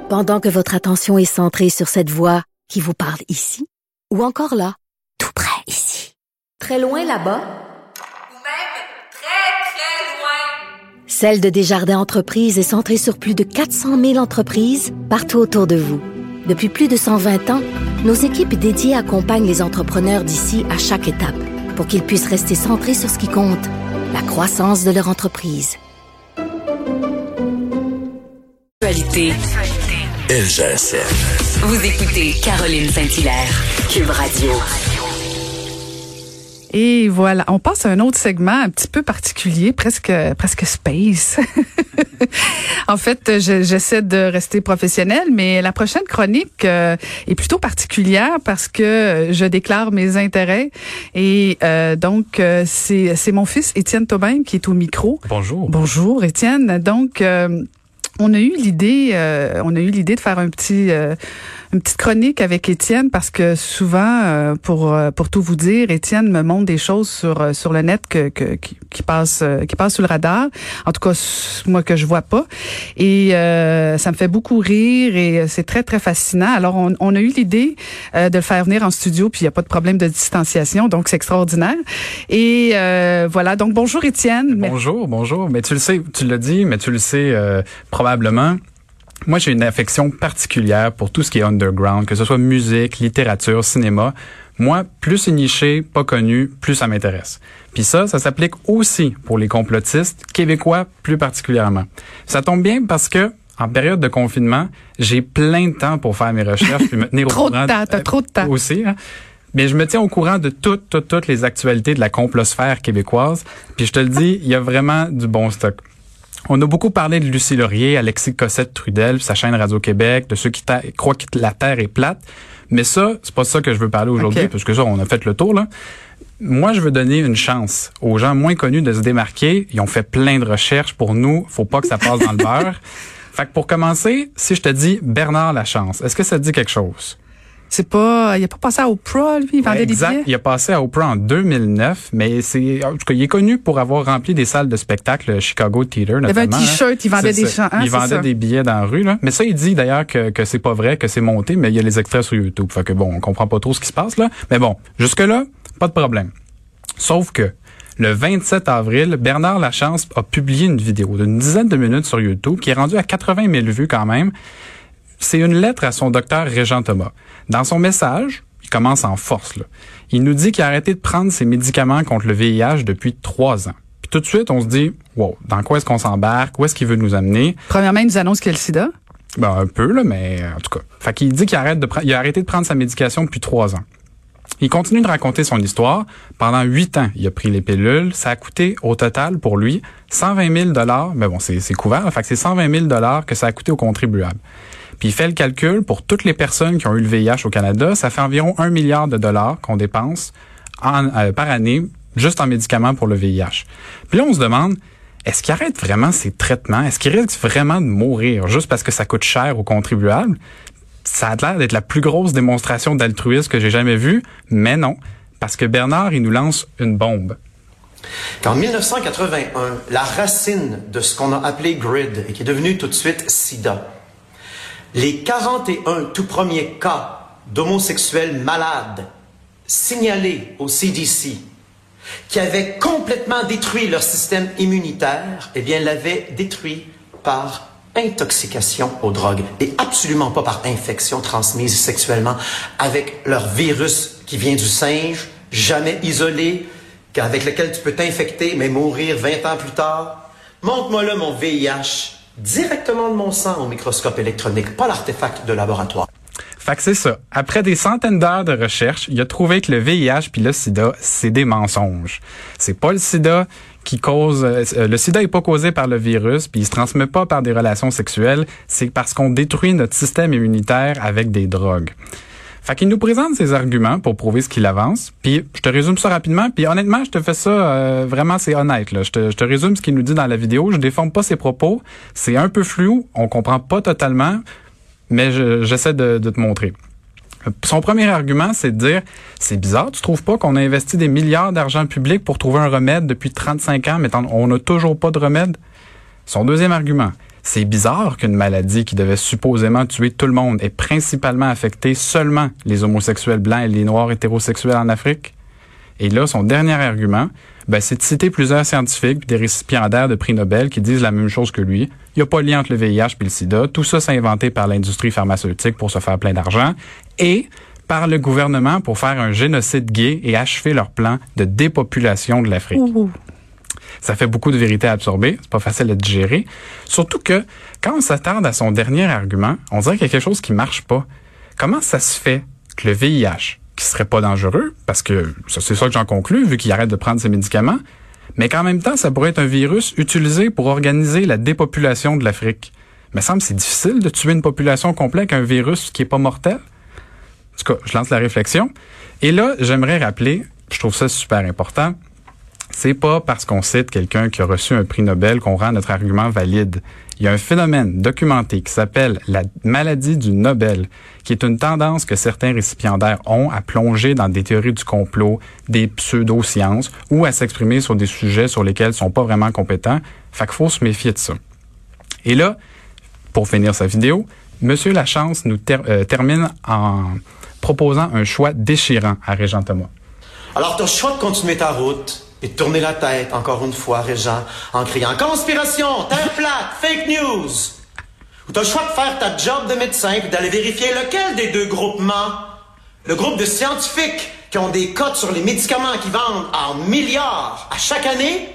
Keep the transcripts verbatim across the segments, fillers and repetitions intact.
Pendant que votre attention est centrée sur cette voix qui vous parle ici, ou encore là, tout près ici, très loin là-bas, ou même très, très loin. Celle de Desjardins Entreprises est centrée sur plus de quatre cent mille entreprises partout autour de vous. Depuis plus de cent vingt ans, nos équipes dédiées accompagnent les entrepreneurs d'ici à chaque étape pour qu'ils puissent rester centrés sur ce qui compte, la croissance de leur entreprise. Actualité. L G S F. Vous écoutez Caroline Saint-Hilaire, Cube Radio. Et voilà, on passe à un autre segment un petit peu particulier, presque presque space. En fait, je, j'essaie de rester professionnelle, mais la prochaine chronique euh, est plutôt particulière parce que je déclare mes intérêts. Et euh, donc, euh, c'est, c'est mon fils Étienne Thaubin qui est au micro. Bonjour. Bonjour, Étienne. Donc, euh, on a eu l'idée, euh, on a eu l'idée de faire un petit, euh, une petite chronique avec Étienne parce que souvent, euh, pour pour tout vous dire, Étienne me montre des choses sur sur le net que, que qui, qui passent qui passent sous le radar. En tout cas, moi que je vois pas. Et euh, ça me fait beaucoup rire et c'est très très fascinant. Alors on, on a eu l'idée euh, de le faire venir en studio, puis il y a pas de problème de distanciation, donc c'est extraordinaire. Et euh, voilà. Donc bonjour Étienne. Bonjour, bonjour. Mais tu le sais, tu l'as dit, mais tu le sais euh, probablement. Moi, j'ai une affection particulière pour tout ce qui est underground, que ce soit musique, littérature, cinéma. Moi, plus c'est niché, pas connu, plus ça m'intéresse. Puis ça, ça s'applique aussi pour les complotistes, québécois plus particulièrement. Ça tombe bien parce que en période de confinement, j'ai plein de temps pour faire mes recherches puis me tenir au trop courant. Trop de temps, t'as trop de temps. Aussi, hein. Mais je me tiens au courant de toutes, toutes, toutes les actualités de la complosphère québécoise. Puis je te le dis, il y a vraiment du bon stock. On a beaucoup parlé de Lucie Laurier, Alexis Cossette-Trudel, sa chaîne Radio-Québec, de ceux qui ta- croient que la Terre est plate. Mais ça, c'est pas ça que je veux parler aujourd'hui, okay. Parce que ça, on a fait le tour, là. Moi, je veux donner une chance aux gens moins connus de se démarquer. Ils ont fait plein de recherches pour nous. Faut pas que ça passe dans le beurre. Fait que pour commencer, si je te dis Bernard Lachance, est-ce que ça te dit quelque chose? C'est pas, il a pas passé à Oprah, lui, il vendait ouais, exact. des billets. Il a passé à Oprah en deux mille neuf, mais c'est, en tout cas, il est connu pour avoir rempli des salles de spectacle, Chicago Theater, notamment. Il avait un t-shirt, hein. il vendait c'est des chants. Hein, il vendait ça. des billets dans la rue, là. Mais ça, il dit d'ailleurs que, que c'est pas vrai, que c'est monté, mais il y a les extraits sur YouTube. Fait que bon, on comprend pas trop ce qui se passe, là. Mais bon, jusque-là, pas de problème. Sauf que, le vingt-sept avril, Bernard Lachance a publié une vidéo d'une dizaine de minutes sur YouTube qui est rendue à quatre-vingt mille vues quand même. C'est une lettre à son docteur Régent Thomas. Dans son message, il commence en force, là. Il nous dit qu'il a arrêté de prendre ses médicaments contre le V I H depuis trois ans. Puis tout de suite, on se dit, wow, dans quoi est-ce qu'on s'embarque? Où est-ce qu'il veut nous amener? Premièrement, il nous annonce qu'il y a le sida. Ben, un peu, là, mais en tout cas. Fait qu'il dit qu'il arrête de pre- il a arrêté de prendre sa médication depuis trois ans. Il continue de raconter son histoire. Pendant huit ans, il a pris les pilules. Ça a coûté, au total, pour lui, cent vingt mille dollars. Mais bon, c'est, c'est couvert. Là, fait que c'est cent vingt mille dollars que ça a coûté aux contribuables. Puis il fait le calcul pour toutes les personnes qui ont eu le V I H au Canada, ça fait environ un milliard de dollars qu'on dépense en, euh, par année juste en médicaments pour le V I H. Puis là, on se demande, est-ce qu'il arrête vraiment ses traitements? Est-ce qu'il risque vraiment de mourir juste parce que ça coûte cher aux contribuables? Ça a l'air d'être la plus grosse démonstration d'altruisme que j'ai jamais vue, mais non, parce que Bernard, il nous lance une bombe. Qu'en dix-neuf cent quatre-vingt-un, la racine de ce qu'on a appelé GRID et qui est devenu tout de suite SIDA, les quarante et un tout premiers cas d'homosexuels malades signalés au C D C qui avaient complètement détruit leur système immunitaire, eh bien, l'avaient détruit par intoxication aux drogues et absolument pas par infection transmise sexuellement avec leur virus qui vient du singe, jamais isolé, avec lequel tu peux t'infecter mais mourir vingt ans plus tard. Montre-moi là mon V I H directement de mon sang au microscope électronique, pas l'artefact de laboratoire. Fait que c'est ça. Après des centaines d'heures de recherche, il a trouvé que le V I H puis le sida, c'est des mensonges. C'est pas le sida qui cause... Euh, le sida est pas causé par le virus, puis il se transmet pas par des relations sexuelles. C'est parce qu'on détruit notre système immunitaire avec des drogues. Fait qu'il nous présente ses arguments pour prouver ce qu'il avance. Puis je te résume ça rapidement. Puis honnêtement, je te fais ça euh, vraiment, c'est honnête. Là. Je, te, je te résume ce qu'il nous dit dans la vidéo. Je déforme pas ses propos. C'est un peu flou. On comprend pas totalement. Mais je, j'essaie de, de te montrer. Son premier argument, c'est de dire, c'est bizarre, tu trouves pas qu'on a investi des milliards d'argent public pour trouver un remède depuis trente-cinq ans, mais on n'a toujours pas de remède? Son deuxième argument, C'est bizarre qu'une maladie qui devait supposément tuer tout le monde ait principalement affecté seulement les homosexuels blancs et les noirs hétérosexuels en Afrique. Et là, son dernier argument, ben, c'est de citer plusieurs scientifiques et des récipiendaires de prix Nobel qui disent la même chose que lui. Il n'y a pas de lien entre le V I H et le sida. Tout ça, c'est inventé par l'industrie pharmaceutique pour se faire plein d'argent et par le gouvernement pour faire un génocide gay et achever leur plan de dépopulation de l'Afrique. Ouh. Ça fait beaucoup de vérité à absorber. C'est pas facile à digérer. Surtout que, quand on s'attarde à son dernier argument, on dirait qu'il y a quelque chose qui marche pas. Comment ça se fait que le V I H, qui serait pas dangereux, parce que ça, c'est ça que j'en conclus, vu qu'il arrête de prendre ses médicaments, mais qu'en même temps, ça pourrait être un virus utilisé pour organiser la dépopulation de l'Afrique. Il me semble que c'est difficile de tuer une population complète avec un virus qui est pas mortel. En tout cas, je lance la réflexion. Et là, j'aimerais rappeler, je trouve ça super important, c'est pas parce qu'on cite quelqu'un qui a reçu un prix Nobel qu'on rend notre argument valide. Il y a un phénomène documenté qui s'appelle la maladie du Nobel, qui est une tendance que certains récipiendaires ont à plonger dans des théories du complot, des pseudo-sciences ou à s'exprimer sur des sujets sur lesquels ils sont pas vraiment compétents. Fait qu'il faut se méfier de ça. Et là, pour finir sa vidéo, Monsieur Lachance nous ter- euh, termine en proposant un choix déchirant à Régent Thomas. Alors, tu as le choix de continuer ta route et de tourner la tête, encore une fois, Régent, en criant « Conspiration! Terre plate! Fake news! » Ou tu as le choix de faire ta job de médecin et d'aller vérifier lequel des deux groupements, le groupe de scientifiques qui ont des cotes sur les médicaments qui vendent en milliards à chaque année,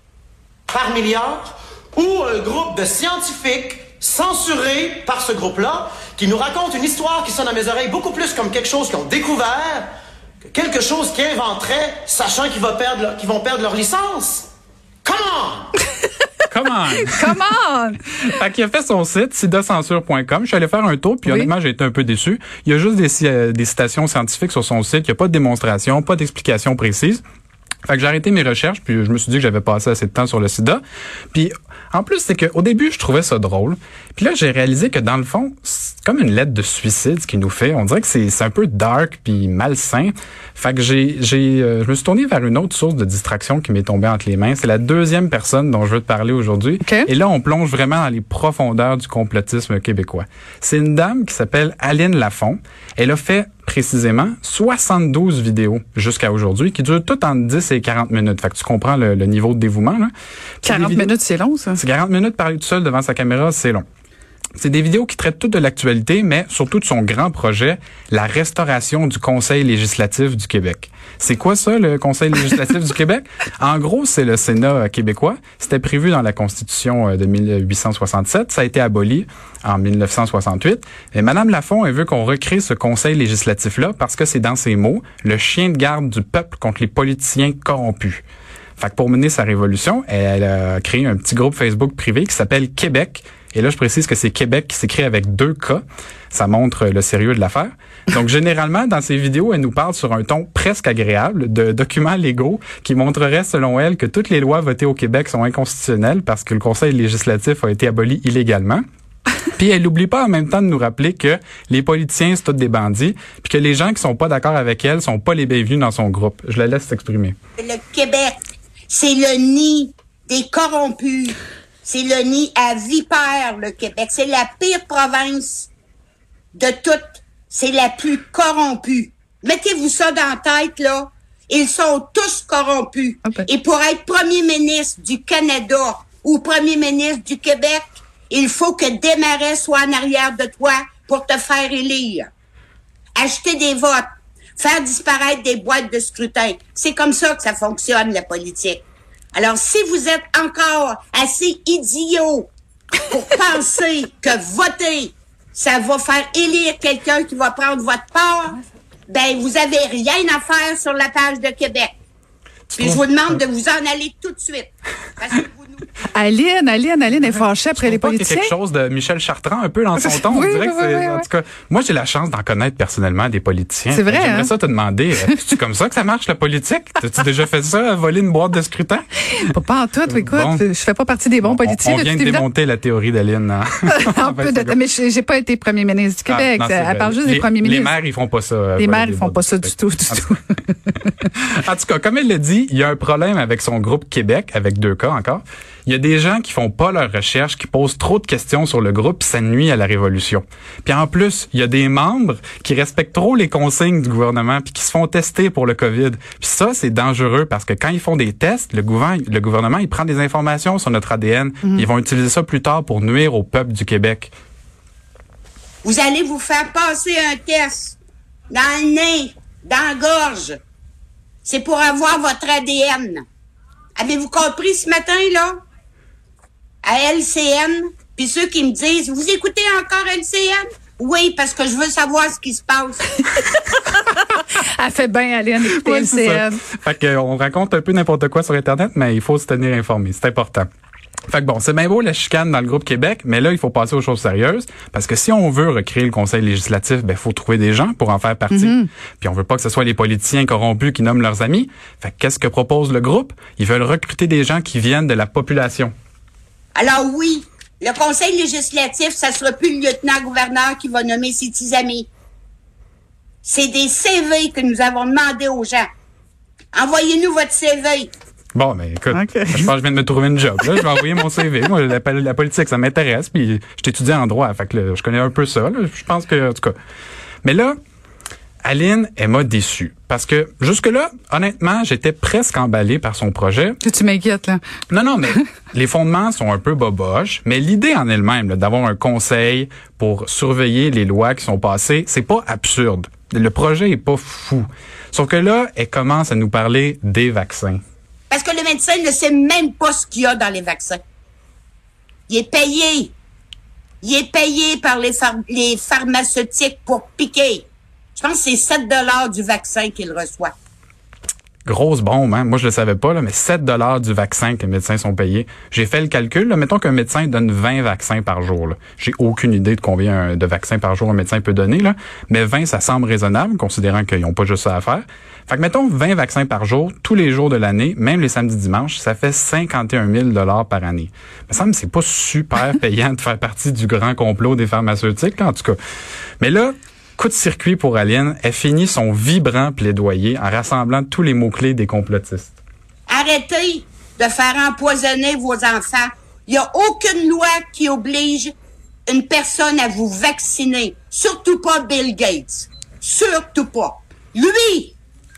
par milliard, ou un groupe de scientifiques censurés par ce groupe-là, qui nous raconte une histoire qui sonne à mes oreilles beaucoup plus comme quelque chose qu'ils ont découvert que quelque chose qu'ils inventeraient, sachant qu'ils vont perdre leur, qu'ils vont perdre leur licence. Come on! Come on! Come on! Fait qu'il a fait son site, sida censure point com. Je suis allé faire un tour, puis oui. Honnêtement, j'ai été un peu déçu. Il y a juste des, euh, des citations scientifiques sur son site. Il n'y a pas de démonstration, pas d'explication précise. Fait que j'ai arrêté mes recherches, puis je me suis dit que j'avais passé assez de temps sur le sida. Puis en plus, c'est qu'au début, je trouvais ça drôle. Puis là, j'ai réalisé que dans le fond, c'est comme une lettre de suicide ce qu'il nous fait. On dirait que c'est, c'est un peu dark puis malsain. Fait que j'ai, j'ai, euh, je me suis tourné vers une autre source de distraction qui m'est tombée entre les mains. C'est la deuxième personne dont je veux te parler aujourd'hui. Okay. Et là, on plonge vraiment dans les profondeurs du complotisme québécois. C'est une dame qui s'appelle Aline Lafont. Elle a fait précisément soixante-douze vidéos jusqu'à aujourd'hui qui durent toutes entre dix et quarante minutes. Fait que tu comprends le, le niveau de dévouement, là. quarante minutes, c'est long, ça? C'est quarante minutes parler tout seul devant sa caméra, c'est long. C'est des vidéos qui traitent toutes de l'actualité, mais surtout de son grand projet, la restauration du Conseil législatif du Québec. C'est quoi ça, le Conseil législatif du Québec? En gros, c'est le Sénat québécois. C'était prévu dans la Constitution de mille huit cent soixante-sept. Ça a été aboli en mille neuf cent soixante-huit. Et Mme Lafont, elle veut qu'on recrée ce Conseil législatif-là parce que c'est dans ses mots, le chien de garde du peuple contre les politiciens corrompus. Fait que pour mener sa révolution, elle a créé un petit groupe Facebook privé qui s'appelle Québec. Et là, je précise que c'est Québec qui s'écrit avec deux K. Ça montre le sérieux de l'affaire. Donc, généralement, dans ses vidéos, elle nous parle sur un ton presque agréable de documents légaux qui montreraient, selon elle, que toutes les lois votées au Québec sont inconstitutionnelles parce que le Conseil législatif a été aboli illégalement. Puis elle n'oublie pas en même temps de nous rappeler que les politiciens, c'est tous des bandits, puis que les gens qui sont pas d'accord avec elle sont pas les bienvenus dans son groupe. Je la laisse s'exprimer. Le Québec, c'est le nid des corrompus. C'est le nid à vipères, le Québec. C'est la pire province de toutes. C'est la plus corrompue. Mettez-vous ça dans la tête, là. Ils sont tous corrompus. Okay. Et pour être premier ministre du Canada ou premier ministre du Québec, il faut que Desmarais soit en arrière de toi pour te faire élire. Acheter des votes. Faire disparaître des boîtes de scrutin. C'est comme ça que ça fonctionne, la politique. Alors, si vous êtes encore assez idiot pour penser que voter, ça va faire élire quelqu'un qui va prendre votre part, ben, vous avez rien à faire sur la page de Québec. Puis je vous demande de vous en aller tout de suite. Parce que vous nous... Aline, Aline, Aline est fâchée après les politiciens. C'est quelque chose de Michel Chartrand, un peu dans son ton. oui, on dirait oui, que c'est, oui, oui. en tout cas, moi, j'ai la chance d'en connaître personnellement des politiciens. C'est vrai, J'aimerais hein? ça te demander, c'est comme ça que ça marche, la politique? T'as-tu déjà fait ça, voler une boîte de scrutin? Pas, pas en tout, écoute. Bon. Je fais pas partie des bons on, politiciens. On, on vient de démonter la théorie d'Aline. Hein? Un peu de, mais j'ai pas été premier ministre du Québec. Ah, non, elle parle juste les, des premiers ministres. Les maires, ils font pas ça. Les maires, ils font pas ça du tout, du tout. En tout cas, comme elle l'a dit, il y a un problème avec son groupe Québec, avec deux cas encore. Il y a des gens qui font pas leurs recherches, qui posent trop de questions sur le groupe, puis ça nuit à la révolution. Puis en plus, il y a des membres qui respectent trop les consignes du gouvernement, puis qui se font tester pour le COVID. Puis ça, c'est dangereux parce que quand ils font des tests, le gouvernement, le gouvernement, il prend des informations sur notre A D N. Mm-hmm. Ils vont utiliser ça plus tard pour nuire au peuple du Québec. Vous allez vous faire passer un test dans le nez, dans la gorge. C'est pour avoir votre A D N. Avez-vous compris ce matin, là? À L C N, puis ceux qui me disent, vous écoutez encore L C N? Oui, parce que je veux savoir ce qui se passe. Elle fait bien aller écouter ouais, L C N. Fait que, on raconte un peu n'importe quoi sur Internet, mais il faut se tenir informé. C'est important. Fait que bon, c'est bien beau la chicane dans le groupe Québec, mais là, il faut passer aux choses sérieuses, parce que si on veut recréer le Conseil législatif, ben faut trouver des gens pour en faire partie. Mm-hmm. Puis on veut pas que ce soit les politiciens corrompus qui nomment leurs amis. Fait que qu'est-ce que propose le groupe? Ils veulent recruter des gens qui viennent de la population. Alors oui, le Conseil législatif, ça sera plus le lieutenant-gouverneur qui va nommer ses petits amis. C'est des C V que nous avons demandé aux gens. Envoyez-nous votre C V. Bon, mais écoute, okay. je pense que je viens de me trouver une job. Là. Je vais envoyer mon C V. Moi, la, la politique, ça m'intéresse. Puis, je t'étudie en droit. Fait que là, je connais un peu ça. Là. Je pense que, en tout cas. Mais là, Aline, elle m'a déçu. Parce que, jusque-là, honnêtement, j'étais presque emballé par son projet. Que tu m'inquiètes, là. Non, non, mais les fondements sont un peu boboches. Mais l'idée en elle-même, là, d'avoir un conseil pour surveiller les lois qui sont passées, c'est pas absurde. Le projet est pas fou. Sauf que là, elle commence à nous parler des vaccins. Parce que le médecin ne sait même pas ce qu'il y a dans les vaccins. Il est payé. Il est payé par les, phar- les pharmaceutiques pour piquer. Je pense que c'est sept dollars du vaccin qu'il reçoit. Grosse bombe, hein? Moi, je le savais pas, là, mais sept dollars du vaccin que les médecins sont payés. J'ai fait le calcul, là. Mettons qu'un médecin donne vingt vaccins par jour, là. J'ai aucune idée de combien de vaccins par jour un médecin peut donner, là. Mais vingt, ça semble raisonnable, considérant qu'ils n'ont pas juste ça à faire. Fait que mettons vingt vaccins par jour, tous les jours de l'année, même les samedis dimanches, ça fait cinquante et un mille dollars par année. Il me semble que c'est pas super payant de faire partie du grand complot des pharmaceutiques, là, en tout cas. Mais là, coup de circuit pour Aline, elle finit son vibrant plaidoyer en rassemblant tous les mots-clés des complotistes. Arrêtez de faire empoisonner vos enfants. Il n'y a aucune loi qui oblige une personne à vous vacciner. Surtout pas Bill Gates. Surtout pas. Lui,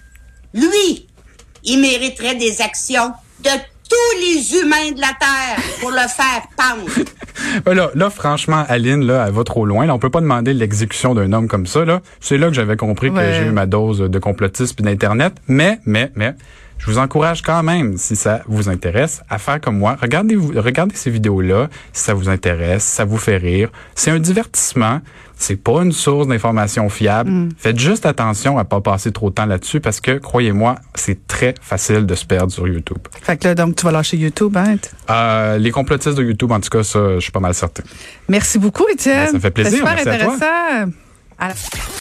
lui, il mériterait des actions de tous les humains de la Terre pour le faire pendre. Là, là, franchement, Aline, là, elle va trop loin. Là, on peut pas demander l'exécution d'un homme comme ça. Là, c'est là que j'avais compris ouais. que j'ai eu ma dose de complotisme et d'Internet. Mais, mais, mais, je vous encourage quand même, si ça vous intéresse, à faire comme moi. Regardez, regardez ces vidéos-là, si ça vous intéresse, si ça vous fait rire. C'est un divertissement. C'est pas une source d'information fiable. Mm. Faites juste attention à pas passer trop de temps là-dessus parce que, croyez-moi, c'est très facile de se perdre sur YouTube. Fait que là, donc, tu vas lâcher YouTube, hein? Euh, les complotistes de YouTube, en tout cas, ça, je suis pas mal certain. Merci beaucoup, Étienne. Ben, ça me fait plaisir. C'est super Merci intéressant. À toi. À la...